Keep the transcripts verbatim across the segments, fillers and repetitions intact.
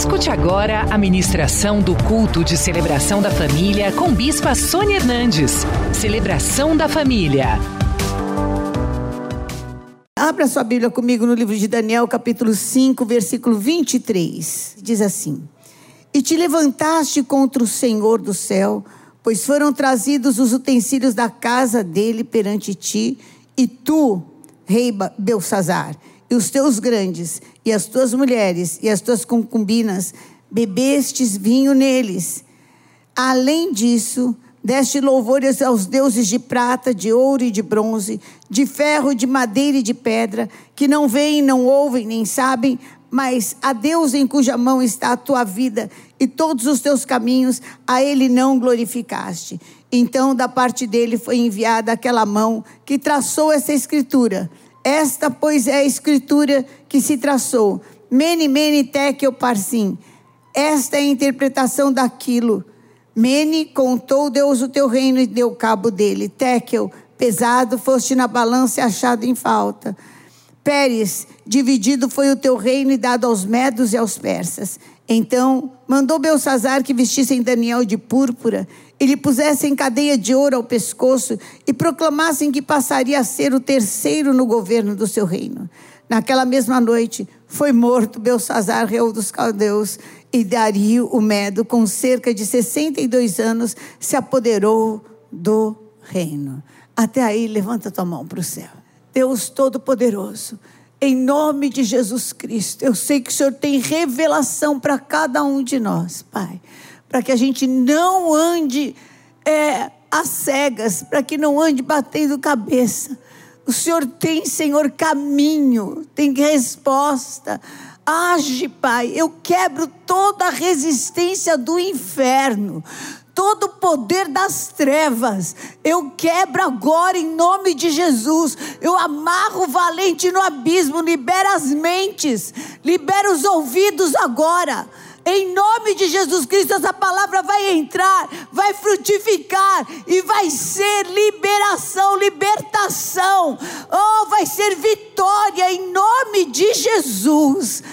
Escute agora a ministração do culto de celebração da família com Bispa Sônia Hernandes. Celebração da família. Abra sua Bíblia comigo no livro de Daniel, capítulo cinco, versículo vinte e três. Diz assim: E te levantaste contra o Senhor do céu, pois foram trazidos os utensílios da casa dele perante ti, e tu, rei Beltsazar, e os teus grandes, e as tuas mulheres, e as tuas concubinas, bebestes vinho neles. Além disso, deste louvores aos deuses de prata, de ouro e de bronze, de ferro, de madeira e de pedra, que não veem, não ouvem, nem sabem, mas a Deus em cuja mão está a tua vida e todos os teus caminhos, a ele não glorificaste. Então, da parte dele foi enviada aquela mão que traçou essa escritura. Esta, pois, é a escritura que se traçou. Mene, mene, tekel, parsim. Esta é a interpretação daquilo. Mene, contou Deus o teu reino e deu cabo dele. Tekel, pesado, foste na balança e achado em falta. Pérez, dividido foi o teu reino e dado aos medos e aos persas. Então, mandou Beltsazar que vestissem Daniel de púrpura e lhe pusessem cadeia de ouro ao pescoço e proclamassem que passaria a ser o terceiro no governo do seu reino. Naquela mesma noite, foi morto Beltsazar, rei dos caldeus, e Dario, o Medo, com cerca de sessenta e dois anos, se apoderou do reino. Até aí, levanta tua mão para o céu. Deus Todo-Poderoso, em nome de Jesus Cristo, eu sei que o Senhor tem revelação para cada um de nós, Pai, para que a gente não ande é, às cegas, para que não ande batendo cabeça. O Senhor tem, Senhor, caminho, tem resposta. Age, Pai, eu quebro toda a resistência do inferno, todo o poder das trevas, eu quebro agora em nome de Jesus. Eu amarro o valente no abismo, libera as mentes, libera os ouvidos agora. Em nome de Jesus Cristo, essa palavra vai entrar, vai frutificar e vai ser liberação, libertação. Oh, vai ser vitória em nome de Jesus.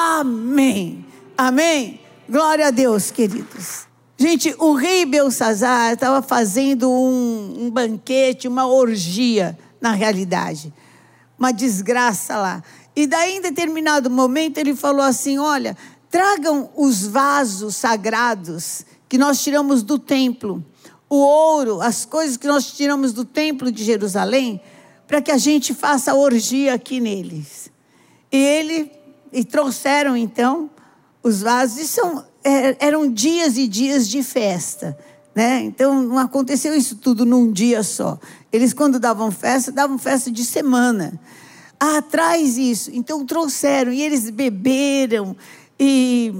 Amém. Amém. Glória a Deus, queridos. Gente, o rei Beltsazar estava fazendo um, um banquete, uma orgia, na realidade. Uma desgraça lá. E daí, em determinado momento, ele falou assim: olha, tragam os vasos sagrados que nós tiramos do templo, o ouro, as coisas que nós tiramos do templo de Jerusalém, para que a gente faça a orgia aqui neles. E ele, e trouxeram então os vasos, e são, eram dias e dias de festa, né? Então não aconteceu isso tudo num dia só. Eles, quando davam festa, davam festa de semana. Ah, traz isso. Então trouxeram, e eles beberam, e,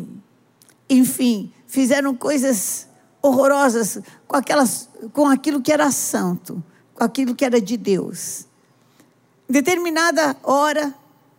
enfim, fizeram coisas horrorosas com, aquelas, com aquilo que era santo, com aquilo que era de Deus. Em determinada hora,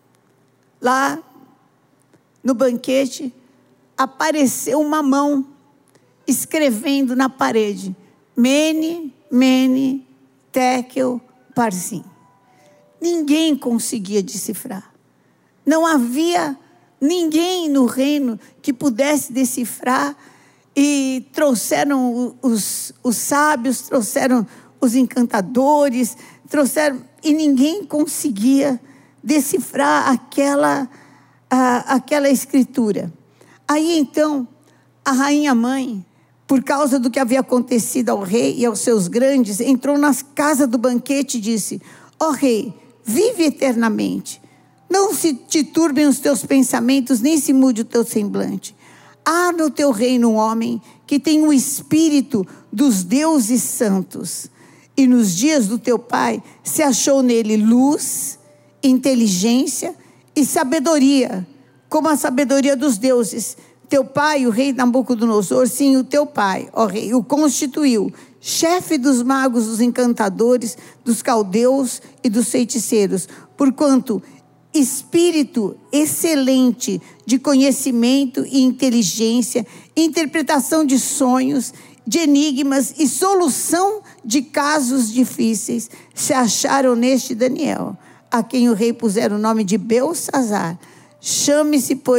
lá no banquete, apareceu uma mão escrevendo na parede: Mene, mene, tekel, parsim. Ninguém conseguia decifrar. Não havia ninguém no reino que pudesse decifrar, e trouxeram os, os sábios, trouxeram os encantadores, trouxeram, e ninguém conseguia decifrar aquela, a, aquela escritura. Aí então, a rainha mãe, por causa do que havia acontecido ao rei e aos seus grandes, entrou na casa do banquete e disse: ó rei, vive eternamente. Não se te turbem os teus pensamentos, nem se mude o teu semblante. Há no teu reino um homem que tem o espírito dos deuses santos. E nos dias do teu pai se achou nele luz, inteligência e sabedoria, como a sabedoria dos deuses. Teu pai, o rei Nabucodonosor, sim, o teu pai, ó rei, o constituiu chefe dos magos, dos encantadores, dos caldeus e dos feiticeiros, porquanto espírito excelente de conhecimento e inteligência, interpretação de sonhos, de enigmas e solução de casos difíceis se acharam neste Daniel, a quem o rei pusera o nome de Beltsazar. Chame-se, pois,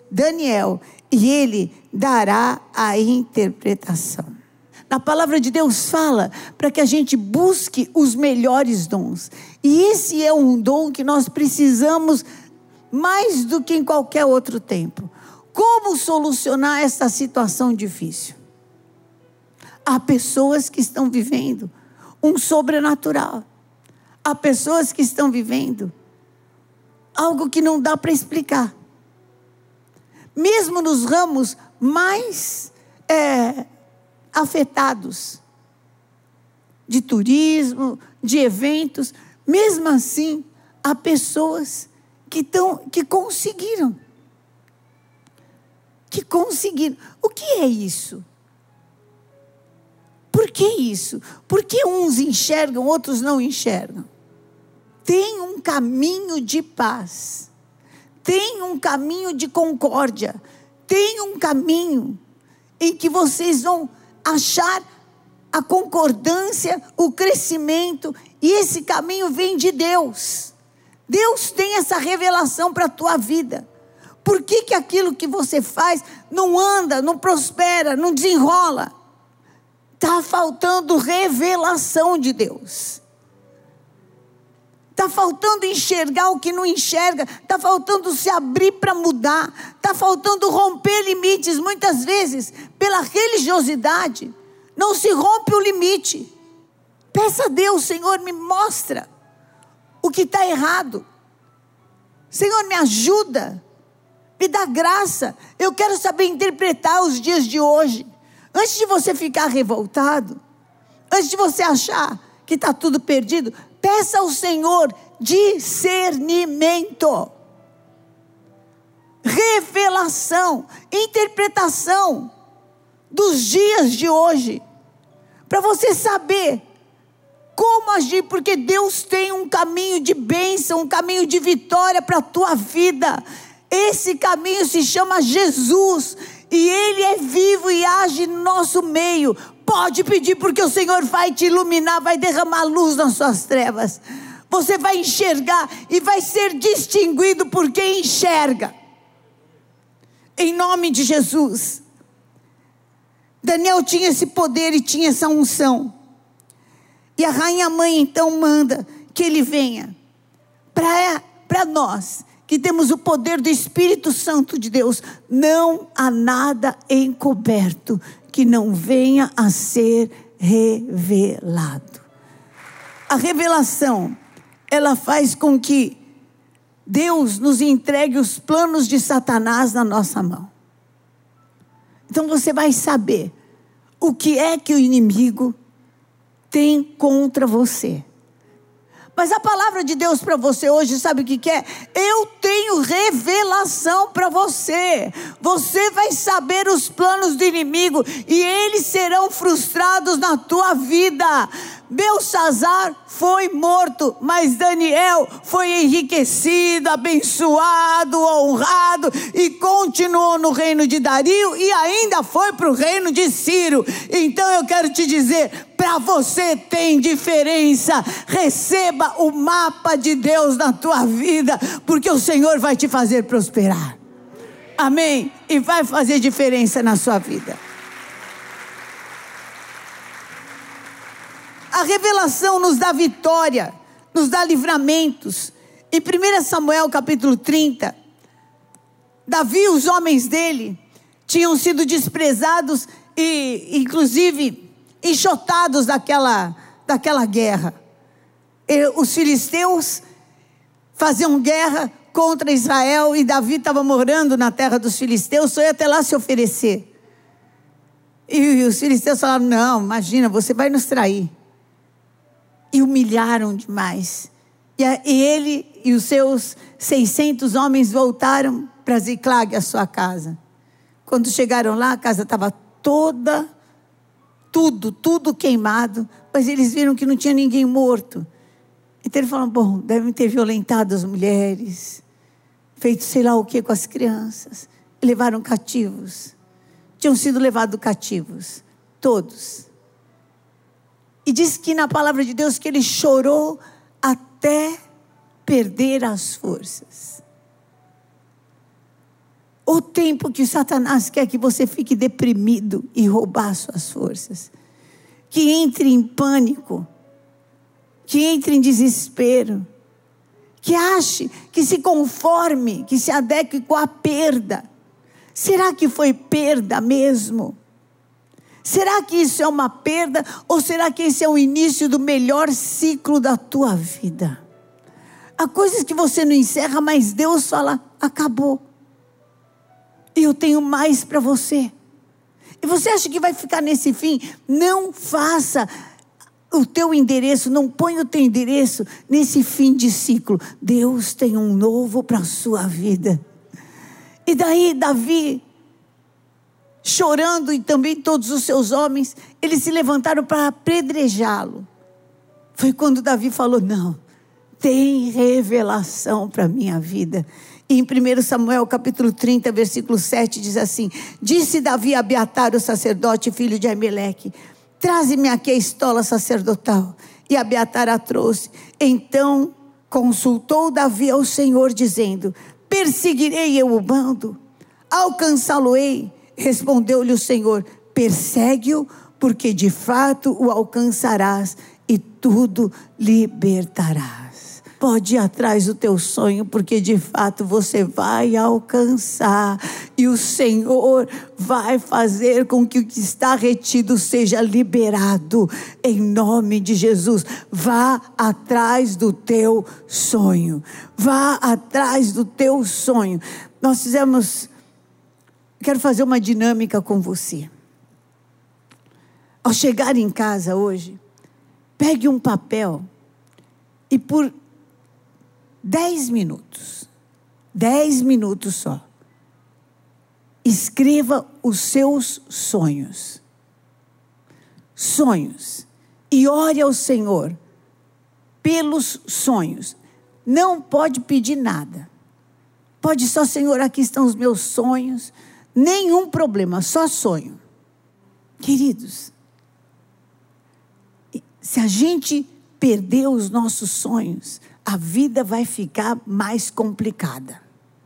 Daniel, e ele dará a interpretação. A palavra de Deus fala para que a gente busque os melhores dons. E esse é um dom que nós precisamos mais do que em qualquer outro tempo. Como solucionar essa situação difícil? Há pessoas que estão vivendo um sobrenatural. Há pessoas que estão vivendo algo que não dá para explicar. Mesmo nos ramos mais é, afetados, de turismo, de eventos, mesmo assim, há pessoas que, tão, que conseguiram. Que conseguiram. O que é isso? Por que isso? Por que uns enxergam, outros não enxergam? Tem um caminho de paz. Tem um caminho de concórdia. Tem um caminho em que vocês vão achar a concordância, o crescimento, e esse caminho vem de Deus. Deus tem essa revelação para a tua vida. Por que que aquilo que você faz não anda, não prospera, não desenrola? Está faltando revelação de Deus. Está faltando enxergar o que não enxerga. Está faltando se abrir para mudar. Está faltando romper limites. Muitas vezes, pela religiosidade, não se rompe o limite. Peça a Deus, Senhor, me mostra o que está errado. Senhor, me ajuda. Me dá graça. Eu quero saber interpretar os dias de hoje. Antes de você ficar revoltado, antes de você achar que está tudo perdido, peça ao Senhor discernimento, revelação, interpretação dos dias de hoje, para você saber como agir, porque Deus tem um caminho de bênção, um caminho de vitória para a tua vida. Esse caminho se chama Jesus, e Ele é vivo e age no nosso meio. Pode pedir, porque o Senhor vai te iluminar, vai derramar luz nas suas trevas. Você vai enxergar e vai ser distinguido por quem enxerga. Em nome de Jesus. Daniel tinha esse poder e tinha essa unção. E a rainha mãe então manda que ele venha para para nós, que temos o poder do Espírito Santo de Deus. Não há nada encoberto que não venha a ser revelado. A revelação, ela faz com que Deus nos entregue os planos de Satanás na nossa mão. Então você vai saber o que é que o inimigo tem contra você. Mas a palavra de Deus para você hoje, sabe o que que é? Eu tenho revelação para você. Você vai saber os planos do inimigo e eles serão frustrados na tua vida. Belsazar foi morto, mas Daniel foi enriquecido, abençoado, honrado e continuou no reino de Dario e ainda foi para o reino de Ciro. Então eu quero te dizer, para você tem diferença. Receba o mapa de Deus na tua vida, porque o Senhor vai te fazer prosperar. Amém? E vai fazer diferença na sua vida. A revelação nos dá vitória, nos dá livramentos. Em primeiro Samuel capítulo trinta, Davi e os homens dele tinham sido desprezados e inclusive enxotados daquela, daquela guerra. E os filisteus faziam guerra contra Israel e Davi estava morando na terra dos filisteus, só ia até lá se oferecer. E os filisteus falaram, não, imagina, você vai nos trair. E humilharam demais. E, a, e ele e os seus seiscentos homens voltaram para Ziclag, a sua casa. Quando chegaram lá, a casa estava toda, tudo, tudo queimado. Mas eles viram que não tinha ninguém morto. Então eles falaram, bom, devem ter violentado as mulheres, feito sei lá o que com as crianças. E levaram cativos. Tinham sido levados cativos, todos. E diz que na palavra de Deus que ele chorou até perder as forças. O tempo que o Satanás quer que você fique deprimido e roubar suas forças. Que entre em pânico. Que entre em desespero. Que ache, que se conforme, que se adeque com a perda. Será que foi perda mesmo? Será que isso é uma perda? Ou será que esse é o início do melhor ciclo da tua vida? Há coisas que você não encerra, mas Deus fala, acabou. E eu tenho mais para você. E você acha que vai ficar nesse fim? Não faça o teu endereço, não põe o teu endereço nesse fim de ciclo. Deus tem um novo para a sua vida. E daí Davi, chorando, e também todos os seus homens, eles se levantaram para apedrejá-lo. Foi quando Davi falou, não, tem revelação para a minha vida. E em primeiro Samuel capítulo trinta, versículo sete, diz assim, disse Davi a Abiatar, o sacerdote, filho de Aimeleque, traze-me aqui a estola sacerdotal. E Abiatar a trouxe. Então consultou Davi ao Senhor, dizendo, perseguirei eu o bando? Alcançá-lo-ei? Respondeu-lhe o Senhor, persegue-o, porque de fato o alcançarás e tudo libertarás. Pode ir atrás do teu sonho, porque de fato você vai alcançar. E o Senhor vai fazer com que o que está retido seja liberado. Em nome de Jesus, vá atrás do teu sonho. Vá atrás do teu sonho. Nós fizemos... Quero fazer uma dinâmica com você. Ao chegar em casa hoje, pegue um papel e por dez minutos, dez minutos só, escreva os seus sonhos. Sonhos. E ore ao Senhor pelos sonhos. Não pode pedir nada. Pode só, Senhor, aqui estão os meus sonhos. Nenhum problema, só sonho. Queridos, se a gente perder os nossos sonhos, a vida vai ficar mais complicada.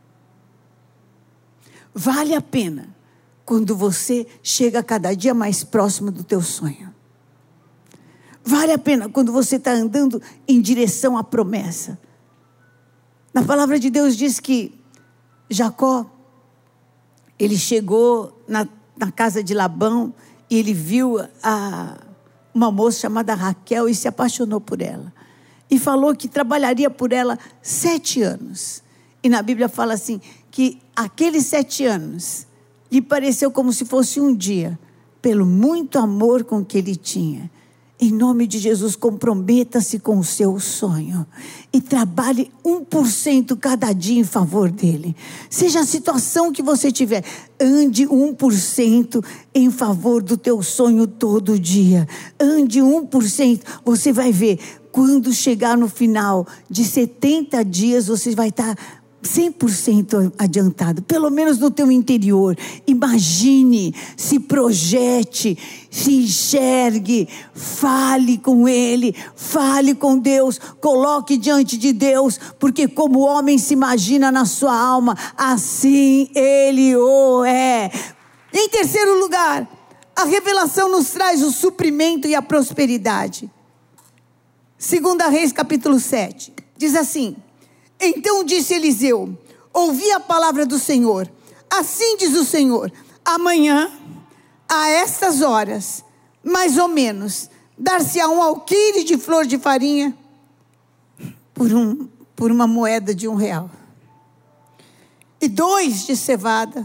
Vale a pena quando você chega cada dia mais próximo do teu sonho. Vale a pena quando você está andando em direção à promessa. Na palavra de Deus diz que Jacó, ele chegou na, na casa de Labão e ele viu a, uma moça chamada Raquel e se apaixonou por ela. E falou que trabalharia por ela sete anos. E na Bíblia fala assim, que aqueles sete anos lhe pareceu como se fosse um dia, pelo muito amor com que ele tinha. Em nome de Jesus, comprometa-se com o seu sonho e trabalhe um por cento cada dia em favor dele. Seja a situação que você tiver, ande um por cento em favor do teu sonho todo dia. Ande um por cento, você vai ver, quando chegar no final de setenta dias, você vai estar cem por cento adiantado, pelo menos no teu interior. Imagine, se projete, se enxergue, fale com Ele, fale com Deus, coloque diante de Deus, porque como o homem se imagina na sua alma, assim Ele o é. Em terceiro lugar, a revelação nos traz o suprimento e a prosperidade. Segunda Reis capítulo sete, diz assim, então disse Eliseu, ouvi a palavra do Senhor, assim diz o Senhor, amanhã, a estas horas, mais ou menos, dar-se-á um alqueire de flor de farinha, por, um, por uma moeda de um real, e dois de cevada,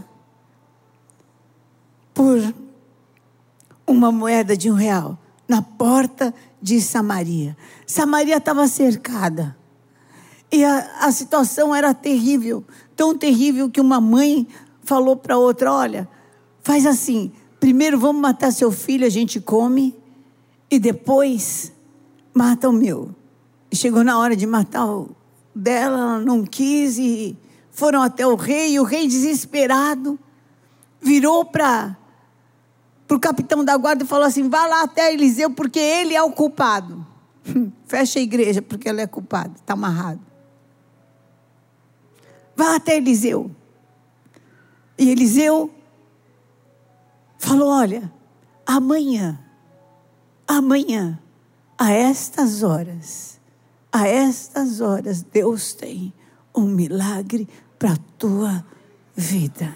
por uma moeda de um real, na porta de Samaria. Samaria estava cercada. E a, a situação era terrível. Tão terrível que uma mãe falou para outra, olha, faz assim, primeiro vamos matar seu filho, a gente come, e depois mata o meu. E chegou na hora de matar o dela, ela não quis, e foram até o rei, e o rei desesperado, virou para o capitão da guarda e falou assim, vá lá até Eliseu, porque ele é o culpado. Fecha a igreja, porque ele é culpado, está amarrado. Vá até Eliseu. E Eliseu falou: olha, amanhã, amanhã, a estas horas, a estas horas, Deus tem um milagre para a tua vida.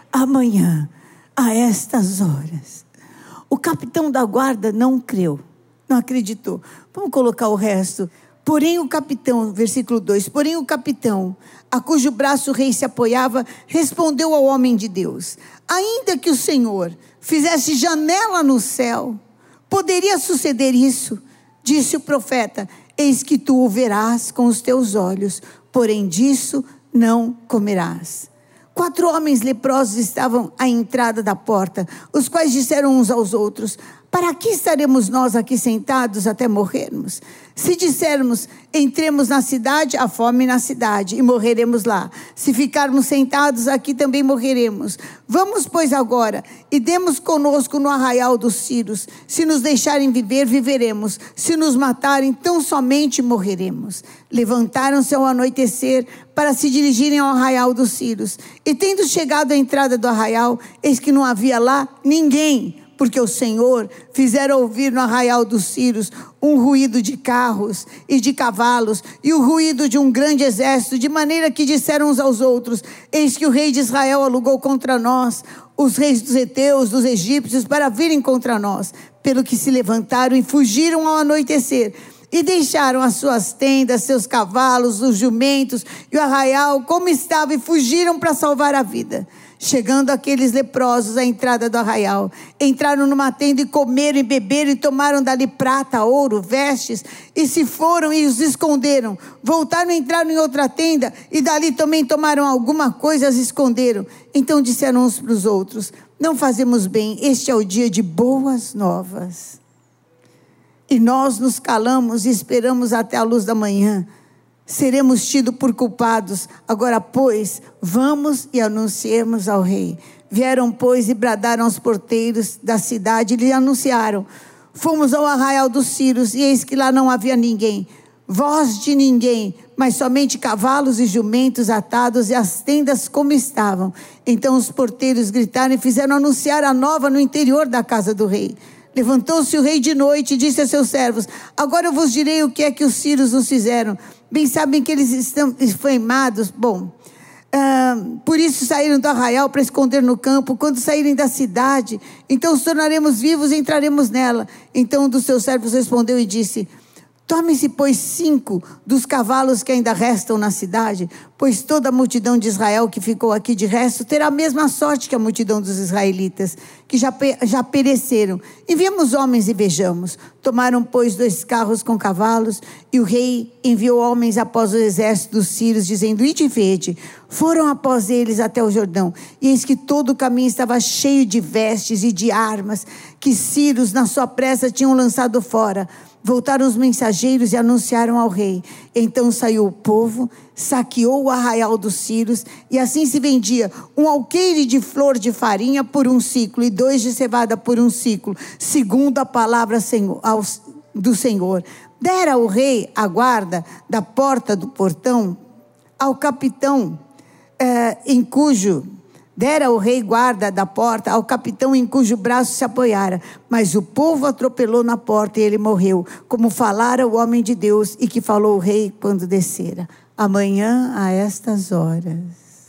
Amanhã, a estas horas. O capitão da guarda não creu, não acreditou. Vamos colocar o resto. Porém o capitão, versículo dois, porém o capitão, a cujo braço o rei se apoiava, respondeu ao homem de Deus: ainda que o Senhor fizesse janela no céu, poderia suceder isso? Disse o profeta: eis que tu o verás com os teus olhos, porém disso não comerás. Quatro homens leprosos estavam à entrada da porta, os quais disseram uns aos outros: para que estaremos nós aqui sentados até morrermos? Se dissermos, entremos na cidade, há fome na cidade, e morreremos lá. Se ficarmos sentados aqui, também morreremos. Vamos, pois, agora, e demos conosco no arraial dos Círios. Se nos deixarem viver, viveremos. Se nos matarem, tão somente morreremos. Levantaram-se ao anoitecer para se dirigirem ao arraial dos Círios. E tendo chegado à entrada do arraial, eis que não havia lá ninguém, porque o Senhor fizera ouvir no arraial dos Círios um ruído de carros e de cavalos, e o ruído de um grande exército, de maneira que disseram uns aos outros: eis que o rei de Israel alugou contra nós os reis dos heteus, dos egípcios, para virem contra nós. Pelo que se levantaram e fugiram ao anoitecer, e deixaram as suas tendas, seus cavalos, os jumentos e o arraial como estava, e fugiram para salvar a vida. Chegando aqueles leprosos à entrada do arraial, entraram numa tenda e comeram e beberam, e tomaram dali prata, ouro, vestes, e se foram e os esconderam. Voltaram e entraram em outra tenda, e dali também tomaram alguma coisa e as esconderam. Então disseram uns para os outros: não fazemos bem, este é o dia de boas novas. E nós nos calamos e esperamos até a luz da manhã. Seremos tidos por culpados. Agora, pois, vamos e anunciemos ao rei. Vieram, pois, e bradaram aos porteiros da cidade e lhe anunciaram: fomos ao arraial dos Círios, e eis que lá não havia ninguém, voz de ninguém, mas somente cavalos e jumentos atados, e as tendas como estavam. Então os porteiros gritaram e fizeram anunciar a nova no interior da casa do rei. Levantou-se o rei de noite e disse a seus servos: agora eu vos direi o que é que os sírios nos fizeram. Bem sabem que eles estão inflamados. Bom, ah, por isso saíram do arraial para esconder no campo. Quando saírem da cidade, então os tornaremos vivos e entraremos nela. Então um dos seus servos respondeu e disse: tome-se, pois, cinco dos cavalos que ainda restam na cidade, pois toda a multidão de Israel que ficou aqui de resto terá a mesma sorte que a multidão dos israelitas, que já, já pereceram. Enviemos homens e vejamos. Tomaram, pois, dois carros com cavalos, e o rei enviou homens após o exército dos sírios, dizendo: ide e vede. Foram após eles até o Jordão, e eis que todo o caminho estava cheio de vestes e de armas, que sírios na sua pressa tinham lançado fora. Voltaram os mensageiros e anunciaram ao rei. Então saiu o povo, saqueou o arraial dos Círios, e assim se vendia um alqueire de flor de farinha por um ciclo, e dois de cevada por um ciclo, segundo a palavra do Senhor. Dera o rei a guarda da porta do portão ao capitão, eh, em cujo... Dera o rei guarda da porta ao capitão em cujo braço se apoiara. Mas o povo atropelou na porta e ele morreu, como falara o homem de Deus, e que falou o rei quando descera. Amanhã a estas horas.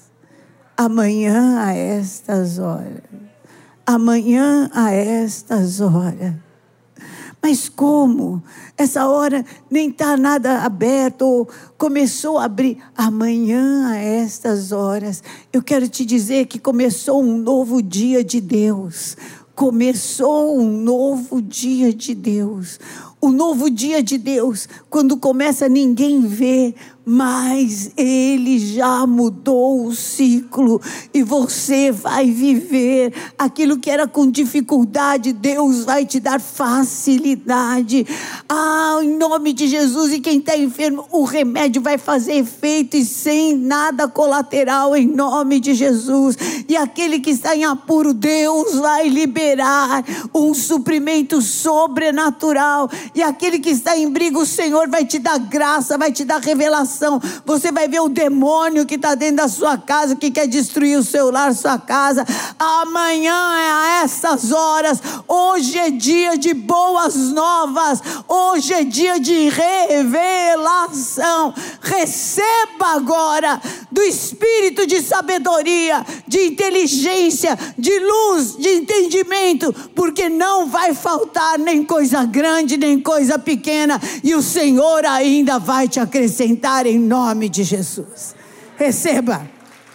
Amanhã a estas horas. Amanhã a estas horas. Mas como? Essa hora nem está nada aberto, ou começou a abrir. Amanhã a estas horas, eu quero te dizer que começou um novo dia de Deus. Começou um novo dia de Deus. O novo dia de Deus, quando começa, ninguém vê, mas Ele já mudou o ciclo, e você vai viver aquilo que era com dificuldade. Deus vai te dar facilidade. Ah, em nome de Jesus. E quem está enfermo, o remédio vai fazer efeito e sem nada colateral, em nome de Jesus. E aquele que está em apuro, Deus vai liberar um suprimento sobrenatural. E aquele que está em briga, o Senhor vai te dar graça, vai te dar revelação. revelação. Você vai ver o demônio que está dentro da sua casa, que quer destruir o seu lar, sua casa. Amanhã é a essas horas. Hoje é dia de boas novas. Hoje é dia de revelação. Receba agora do espírito de sabedoria, de inteligência, de luz, de entendimento, porque não vai faltar nem coisa grande, nem coisa pequena, e o Senhor ainda vai te acrescentar em nome de Jesus. Receba.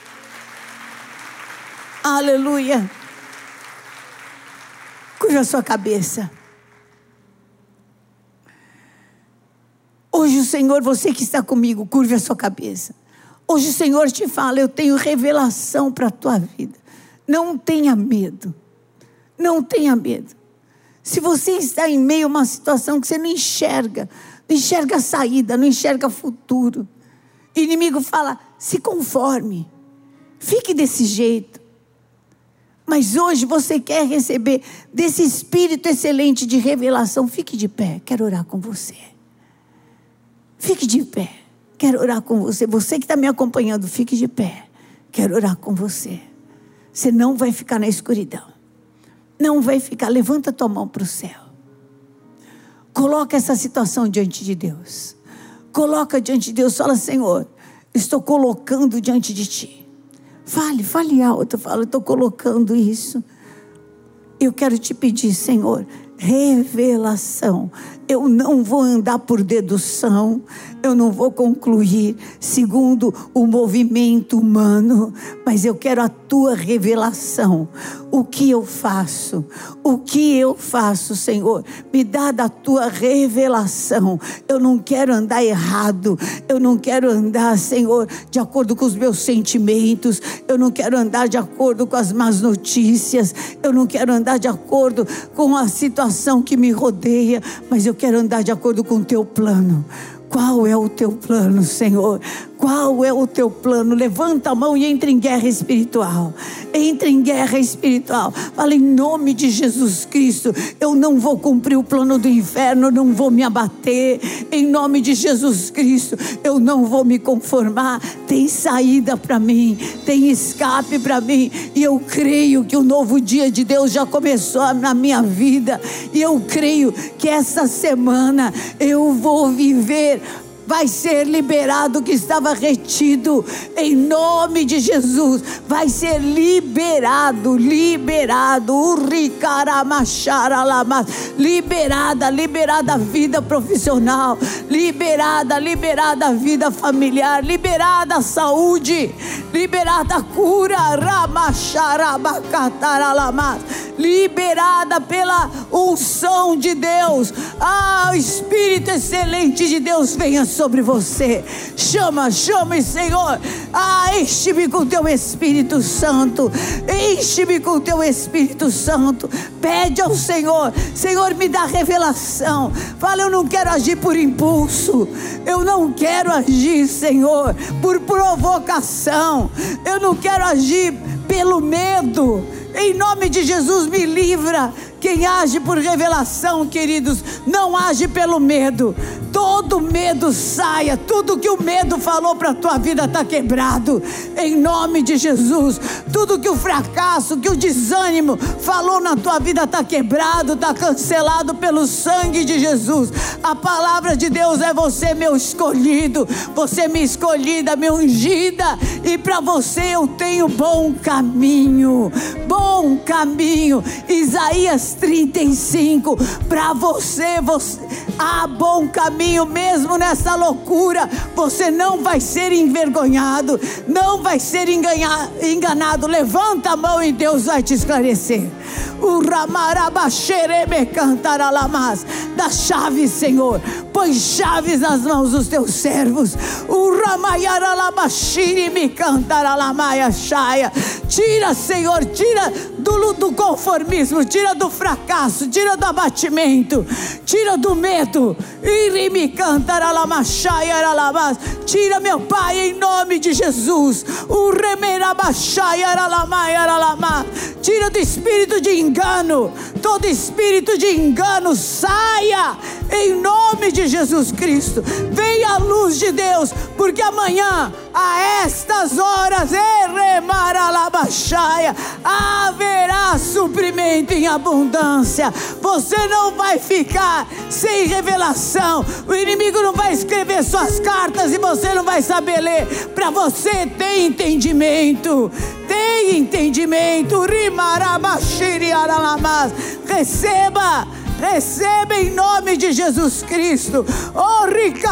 Aleluia. Curva a sua cabeça. Hoje o Senhor, você que está comigo, curve a sua cabeça. Hoje o Senhor te fala: eu tenho revelação para a tua vida. Não tenha medo. Não tenha medo. Se você está em meio a uma situação que você não enxerga, não enxerga a saída, não enxerga futuro, o inimigo fala: se conforme, fique desse jeito. Mas hoje você quer receber desse espírito excelente de revelação. Fique de pé, quero orar com você. Fique de pé, quero orar com você. Você que está me acompanhando, fique de pé, quero orar com você. Você não vai ficar na escuridão. Não vai ficar. Levanta tua mão para o céu. Coloca essa situação diante de Deus. Coloca diante de Deus. Fala: Senhor, estou colocando diante de ti. Fale, fale alto. Fala: estou colocando isso. Eu quero te pedir, Senhor, revelação. Eu não vou andar por dedução. Eu não vou concluir segundo o movimento humano, mas eu quero a tua revelação. O que eu faço? O que eu faço, Senhor? Me dá da tua revelação. Eu não quero andar errado. Eu não quero andar, Senhor, de acordo com os meus sentimentos. Eu não quero andar de acordo com as más notícias. Eu não quero andar de acordo com a situação que me rodeia, mas eu quero andar de acordo com o teu plano. Qual é o teu plano, Senhor? Qual é o teu plano? Levanta a mão e entra em guerra espiritual. Entra em guerra espiritual. Fala: em nome de Jesus Cristo, eu não vou cumprir o plano do inferno, não vou me abater. Em nome de Jesus Cristo, eu não vou me conformar. Tem saída para mim, tem escape para mim. E eu creio que o novo dia de Deus já começou na minha vida. E eu creio que essa semana eu vou viver. Vai ser liberado o que estava retido, em nome de Jesus. Vai ser liberado, liberado, liberada, liberada a vida profissional, liberada, liberada a vida familiar, liberada a saúde, liberada a cura, liberada pela unção de Deus. Ah, o Espírito excelente de Deus venha sobre você. Chama, chama, Senhor. Ah, enche-me com teu Espírito Santo. Enche-me com teu Espírito Santo. Pede ao Senhor: Senhor, me dá revelação. Fala: eu não quero agir por impulso. Eu não quero agir, Senhor, por provocação. Eu não quero agir pelo medo. Em nome de Jesus, me livra. Quem age por revelação, queridos, não age pelo medo. Todo medo saia. Tudo que o medo falou para a tua vida está quebrado. Em nome de Jesus. Tudo que o fracasso, que o desânimo falou na tua vida está quebrado, está cancelado pelo sangue de Jesus. A palavra de Deus é: você meu escolhido, você minha escolhida, minha ungida. E para você eu tenho bom caminho. Bom caminho. Isaías trinta e cinco. Para você, você há bom caminho. Mesmo nessa loucura, você não vai ser envergonhado, não vai ser enganha, enganado. Levanta a mão e Deus vai te esclarecer. O ramarabaxereme cantaralamas. Dá chaves, Senhor. Põe chaves nas mãos dos teus servos. O ramayaralabaxirime cantaralamaia chaia. Tira, Senhor, tira do, do conformismo, tira do fracasso, tira do abatimento, tira do medo. Irimi cantaralamachaia. Tira, meu Pai, em nome de Jesus. O remerabaxaia. Tira do espírito de engano. Todo espírito de engano saia, em nome de Jesus Cristo. Venha a luz de Deus, porque amanhã, a estas horas, haverá suprimento em abundância. Você não vai ficar sem revelação. O inimigo não vai escrever suas cartas e você não vai saber ler. Para você ter entendimento, tem entendimento. Receba. Receba em nome de Jesus Cristo. Oh,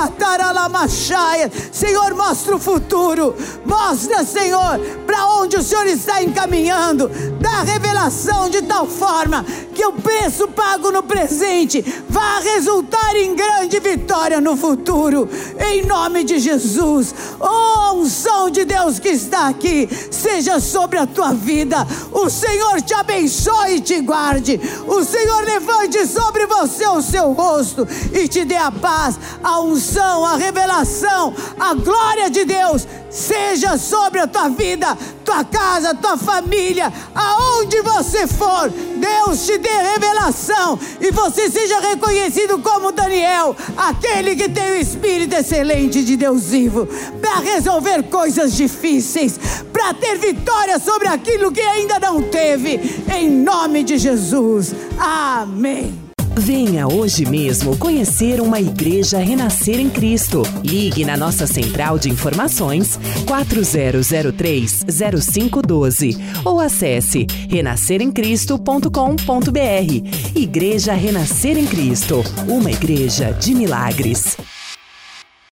Senhor, mostra o futuro. Mostra, Senhor, para onde o Senhor está encaminhando. Dá revelação de tal forma que o preço pago no presente vá resultar em grande vitória no futuro. Em nome de Jesus. Oh, unção de Deus que está aqui, seja sobre a tua vida. O Senhor te abençoe e te guarde. O Senhor levante sobre você o seu rosto e te dê a paz, a unção, a revelação, a glória de Deus seja sobre a tua vida, tua casa, tua família, aonde você for. Deus te dê revelação e você seja reconhecido como Daniel, aquele que tem o espírito excelente de Deus vivo, para resolver coisas difíceis, para ter vitória sobre aquilo que ainda não teve, em nome de Jesus. Amém. Venha hoje mesmo conhecer uma igreja Renascer em Cristo. Ligue na nossa central de informações quatro zero zero três, zero cinco um dois ou acesse renascer em cristo ponto com ponto br. Igreja Renascer em Cristo, uma igreja de milagres.